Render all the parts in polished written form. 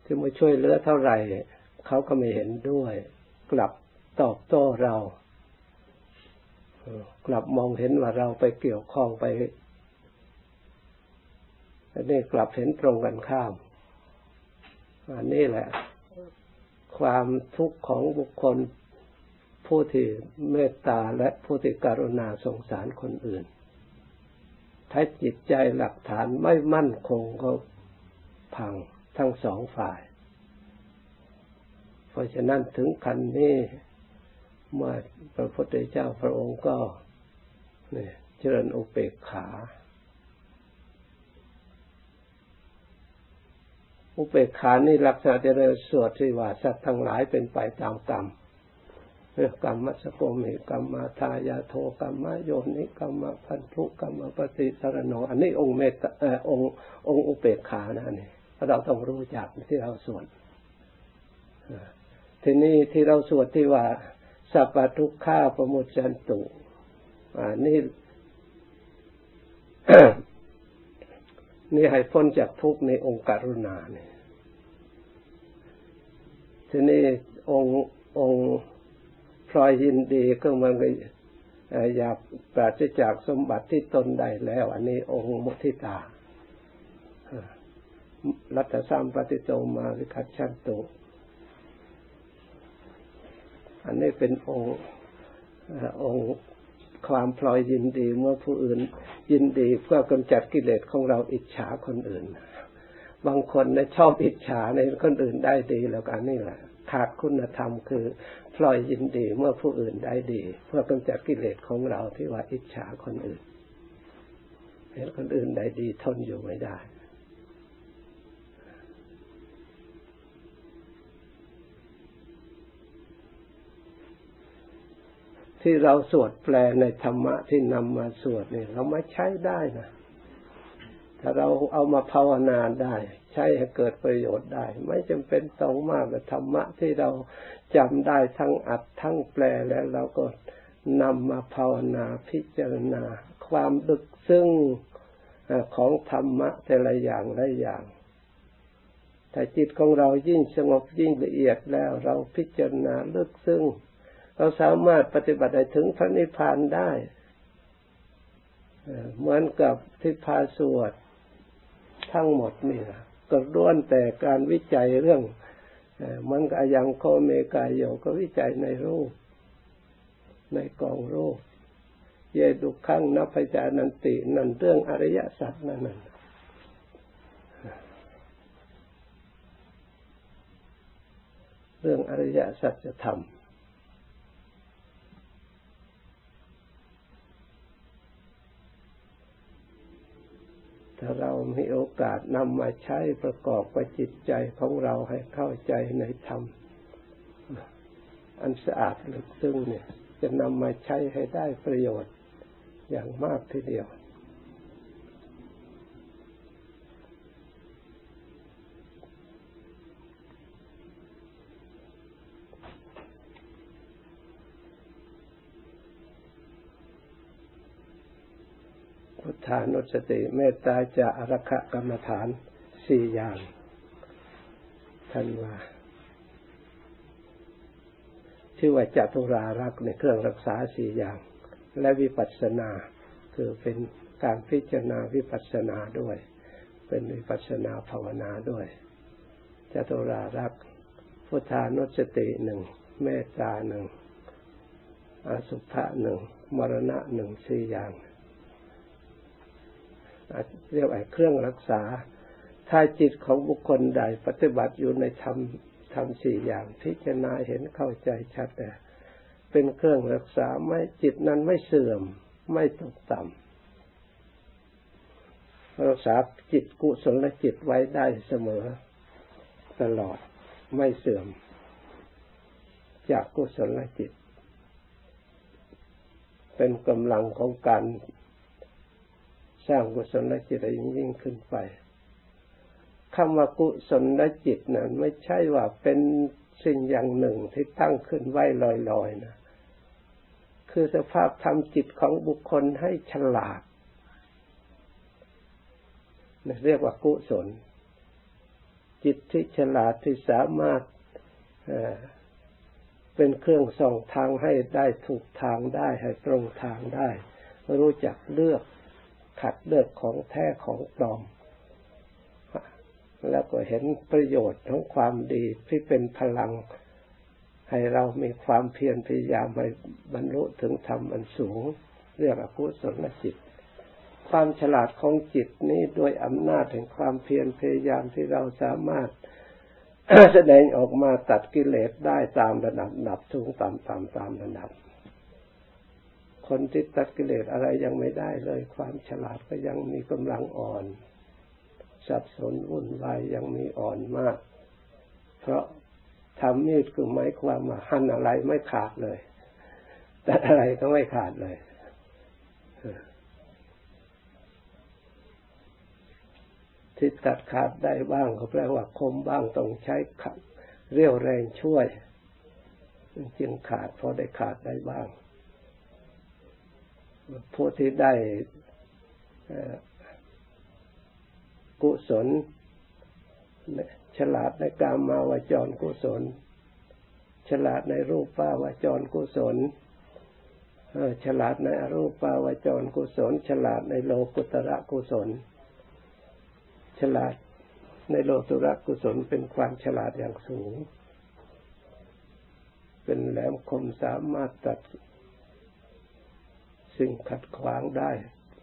ที่มาช่วยเหลือเท่าไหร่เขาก็ไม่เห็นด้วยกลับตอบโต้เรากลับมองเห็นว่าเราไปเกี่ยวข้องไปอันนี้กลับเห็นตรงกันข้ามอันนี้แหละความทุกข์ของบุคคลผู้ที่เมตตาและผู้ที่กรุณาสงสารคนอื่นถ้าจิตใจหลักฐานไม่มั่นคงก็พังทั้งสองฝ่ายเพราะฉะนั้นถึงขั้นนี้เมื่อพระพุทธเจ้าพระองค์ก็เจริญอุเบกขาอุเบกขานี่ลักษณะเจริญสวดที่ว่าสัตว์ทั้งหลายเป็นไปตามกรรมกรรมมัสสโกมิกรรมมาทายาโทกรรมโยนิกรรมพันธุกรรมปฏิสรโนอันนี้องค์เมตตาองค์อุเบกขานะนี่เราต้องรู้จักที่เราสวดทีนี้ที่เราสวดที่ว่าสัพพทุกขาปมุจจันตุนี่ นี่ให้พ้นจากทุกข์ในองค์กรุณาเนี่ยทีนี้องค์พลอยยินดีก็มันก็อยากปราศจากสมบัติที่ตนได้แล้วอันนี้องค์มุทิตารัตสัมปติโตมาวิคัจฉันตุอันนี้เป็นองค์ความพลอยยินดีเมื่อผู้อื่นยินดีเพื่อกำจัดกิเลสของเราอิจฉาคนอื่นบางคนเนี่ยชอบอิจฉาในคนอื่นได้ดีแล้วกันนี่แหละขาดคุณธรรมคือพลอยยินดีเมื่อผู้อื่นได้ดีเพื่อกำจัดกิเลสของเราที่ว่าอิจฉาคนอื่นเห็นคนอื่นได้ดีทนอยู่ไม่ได้ที่เราสวดแปลในธรรมะที่นำมาสวดนี่เราไม่ใช้ได้นะถ้าเราเอามาภาวนาได้ใช้ให้เกิดประโยชน์ได้ไม่จำเป็นต้องมากกับธรรมะที่เราจำได้ทั้งอัดทั้งแปลแล้วเราก็นำมาภาวนาพิจารณาความลึกซึ้งของธรรมะแต่ละอย่างละอย่างถ้าจิตของเรายิ่งสงบยิ่งละเอียดแล้วเราพิจารณาลึกซึ้งเราสามารถปฏิบัติได้ถึงพระนิพพานได้เหมือนกับที่พาสวดทั้งหมดนี่นะก็ล้วนแต่การวิจัยเรื่องมันก็ยังโคเมกายโยก็วิจัยในรูปในกองรูปเยดุขังนัพพจานันตินั่นเรื่องอริยสัจนั่นเรื่องอริยสัจธรรมถ้าเรามีโอกาสนำมาใช้ประกอบกับจิตใจของเราให้เข้าใจในธรรมอันสะอาดลึกซึ้งเนี่ยจะนำมาใช้ให้ได้ประโยชน์อย่างมากทีเดียวพุทธานุสติเมตตาจะอรคะกรรมฐาน4อย่างท่านว่าชื่อว่าจตุรารักษ์ในเครื่องรักษา4อย่างและวิปัสสนาคือเป็นการพิจารณาวิปัสสนาด้วยเป็นวิปัสสนาภาวนาด้วยจตุรารักษ์พุทธานุสติ1เมตตา1อสุภะ1มรณะ1 4อย่างเรียกว่าเครื่องรักษาถ้าจิตของบุคคลใดปฏิบัติอยู่ในธรรม4อย่างพิจารณาเห็นเข้าใจชัดแต่เป็นเครื่องรักษาไม่จิตนั้นไม่เสื่อมไม่ตกต่ำรักษาจิตกุศลจิตไว้ได้เสมอตลอดไม่เสื่อมจากกุศลจิตเป็นกำลังของการสร้างกุศลจิตยิ่งขึ้นไปคำว่ากุศลจิตนั้นไม่ใช่ว่าเป็นสิ่งอย่างหนึ่งที่ตั้งขึ้นไว้ลอยๆนะคือสภาพธรรมจิตของบุคคลให้ฉลาดเรียกว่ากุศลจิตที่ฉลาดที่สามารถเป็นเครื่องส่องทางให้ได้ถูกทางได้ให้ตรงทางได้รู้จักเลือกขัดเลือกของแท้ของปลอมแล้วก็เห็นประโยชน์ของความดีที่เป็นพลังให้เรามีความเพียรพยายามให้บรรลุถึงธรรมอันสูงเรียกว่ากุศลจิตความฉลาดของจิตนี้ด้วยอำนาจแห่งความเพียรพยายามที่เราสามารถ แสดงออกมาตัดกิเลสได้ตามระดับสูงตามระดับคนที่ตัดกิเลสอะไรยังไม่ได้เลยความฉลาดก็ยังมีกำลังอ่อนสับสนวุ่นวายยังมีอ่อนมากเพราะทำมีดคือหมายความว่าหั่นอะไรไม่ขาดเลยตัดอะไรก็ไม่ขาดเลยที่ตัดขาดได้บ้างก็แปลว่าคมบ้างต้องใช้เรี่ยวแรงช่วยจึงขาดพอได้ขาดได้บ้างผู้ที่ได้กุศลฉลาดในกามาวจรกุศลฉลาดในรูปาวจรกุศลฉลาดในอรูปาวจรกุศลฉลาดในโลกุตระกุศลฉลาดในโลกุตระกุศลเป็นความฉลาดอย่างสูงเป็นแหลมคมสามารถตัดสิ่งขัดขวางได้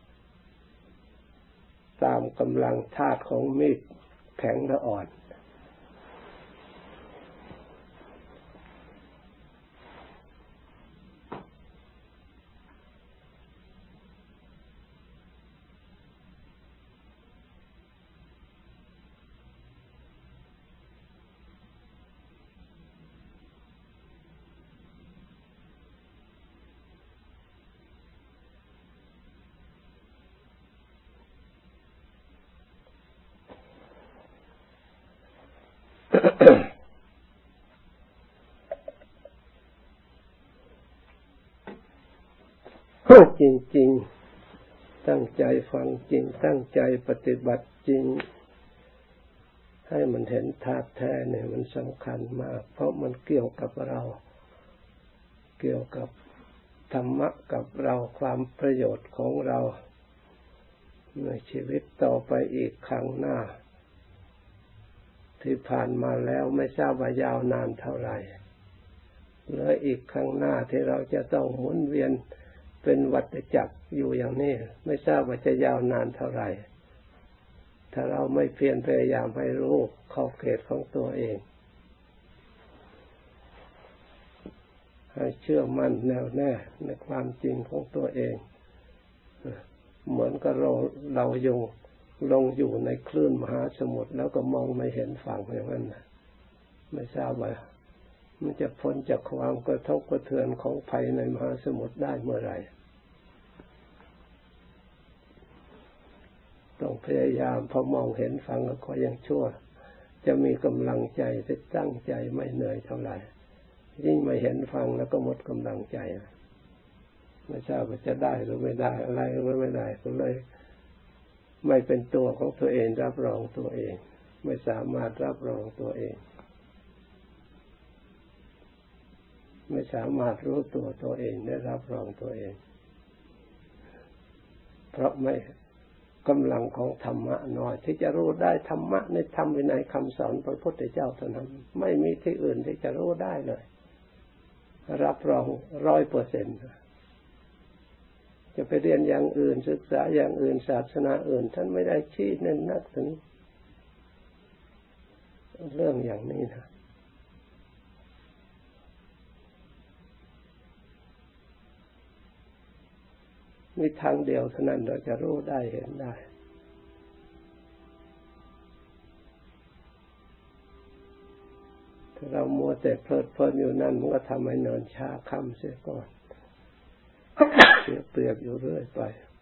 ตามกำลังธาตุของมีดแข็งและอ่อน จริงๆตั้งใจฟังจริงตั้งใจปฏิบัติจริงให้มันเห็นธาตุแท้เนี่ยมันสำคัญมากเพราะมันเกี่ยวกับเราเกี่ยวกับธรรมะกับเราความประโยชน์ของเราในชีวิตต่อไปอีกข้างหน้าที่ผ่านมาแล้วไม่ทราบว่ายาวนานเท่าไหร่และอีกข้างหน้าที่เราจะต้องหมุนเวียนเป็นวัฏจักรอยู่อย่างนี้ไม่ทราบว่าจะยาวนานเท่าไหร่ถ้าเราไม่เพียรพยายามให้รู้ขอบเขตของตัวเองให้เชื่อมั่นแน่วแน่ในความจริงของตัวเองเหมือนกับเราลงอยู่ในคลื่นมหาสมุทรแล้วก็มองไม่เห็นฝั่งอย่างนั้นไม่ทราบว่ามันจะพ้นจากความกระทบกระเทือนของภัยในมหาสมุทรได้เมื่อไหร่ต้องพยายามพอมองเห็นฝั่งก็ยังชั่วจะมีกำลังใจจะตั้งใจไม่เหนื่อยเท่าไหร่ยิ่งไม่เห็นฝั่งแล้วก็หมดกำลังใจไม่ทราบว่าจะได้หรือไม่ได้อะไรหรือไม่ได้ก็เลยไม่เป็นตัวของตัวเองรับรองตัวเองไม่สามารถรับรองตัวเองไม่สามารถรู้ตัวเองได้รับรองตัวเองเพราะไม่กำลังของธรรมะน้อยที่จะรู้ได้ธรรมะในธรรมวินัยคำสอนพระพุทธเจ้าเท่านั้นไม่มีที่อื่นที่จะรู้ได้เลยรับรอง 100%จะไปเรียนอย่างอื่นศึกษาอย่างอื่นศาสนาอื่นท่านไม่ได้ชี้แนะนักถึงเรื่องอย่างนี้นะมีทางเดียวเท่านั้นเราจะรู้ได้เห็นได้ถ้าเรามัวแต่เพลิดเพลินอยู่นั่นมันก็ทำให้เนินช้าค่ำเสียก่อนเสียเปรียบอยู่เรื่อยไป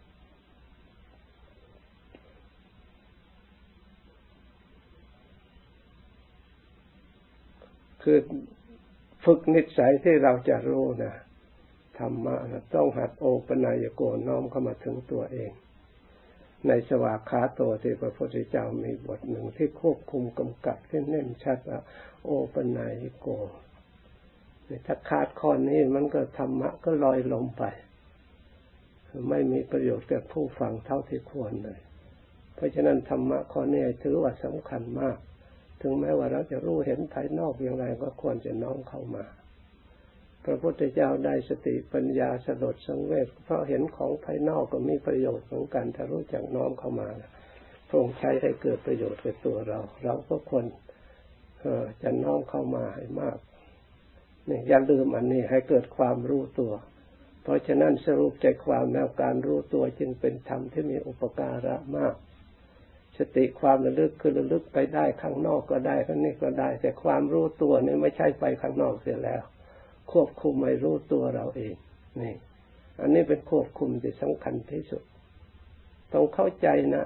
คือฝึกนิสัยที่เราจะรู้นะธรรมะต้องหัดโอปนายโกน้อมเข้ามาถึงตัวเองในสวากขาโตที่พระพุทธเจ้ามีบทหนึ่งที่ควบคุมกำกับขึ้นแน่นชัดว่าโอปนัยโกถ้าขาดข้อนี้มันก็ธรรมะก็ลอยลงไปไม่มีประโยชน์แก่ผู้ฟังเท่าที่ควรเลยเพราะฉะนั้นธรรมะข้อนี้ถือว่าสำคัญมากถึงแม้ว่าเราจะรู้เห็นภายนอกอย่างไรก็ควรจะน้อมเข้ามาพระพุทธเจ้าได้สติปัญญาสลดสังเวชเพราะเห็นของภายนอกก็มีประโยชน์เหมือนกันถ้ารู้จักน้อมเข้ามาพระองค์ใช้ให้เกิดประโยชน์แก่ตัวเราก็ควรจะน้อมเข้ามาให้มากนี่อย่าลืมอันนี้ให้เกิดความรู้ตัวเพราะฉะนั้นสรุปใจความแล้วการรู้ตัวจึงเป็นธรรมที่มีอุปการะมากสติความระลึกคือระลึกไปได้ข้างนอกก็ได้ข้างนี้ก็ได้แต่ความรู้ตัวนี่ไม่ใช่ไปข้างนอกเสียแล้วควบคุมไม่รู้ตัวเราเองนี่อันนี้เป็นควบคุมที่สำคัญที่สุดต้องเข้าใจนะ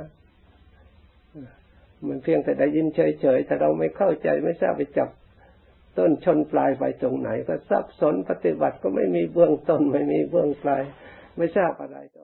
มันเพียงแต่ได้ยินเฉยๆแต่เราไม่เข้าใจไม่ทราบไปจับต้นชนปลายไปตรงไหนก็สับสนปฏิบัติก็ไม่มีเบื้องต้นไม่มีเบื้องปลายไม่ทราบอะไร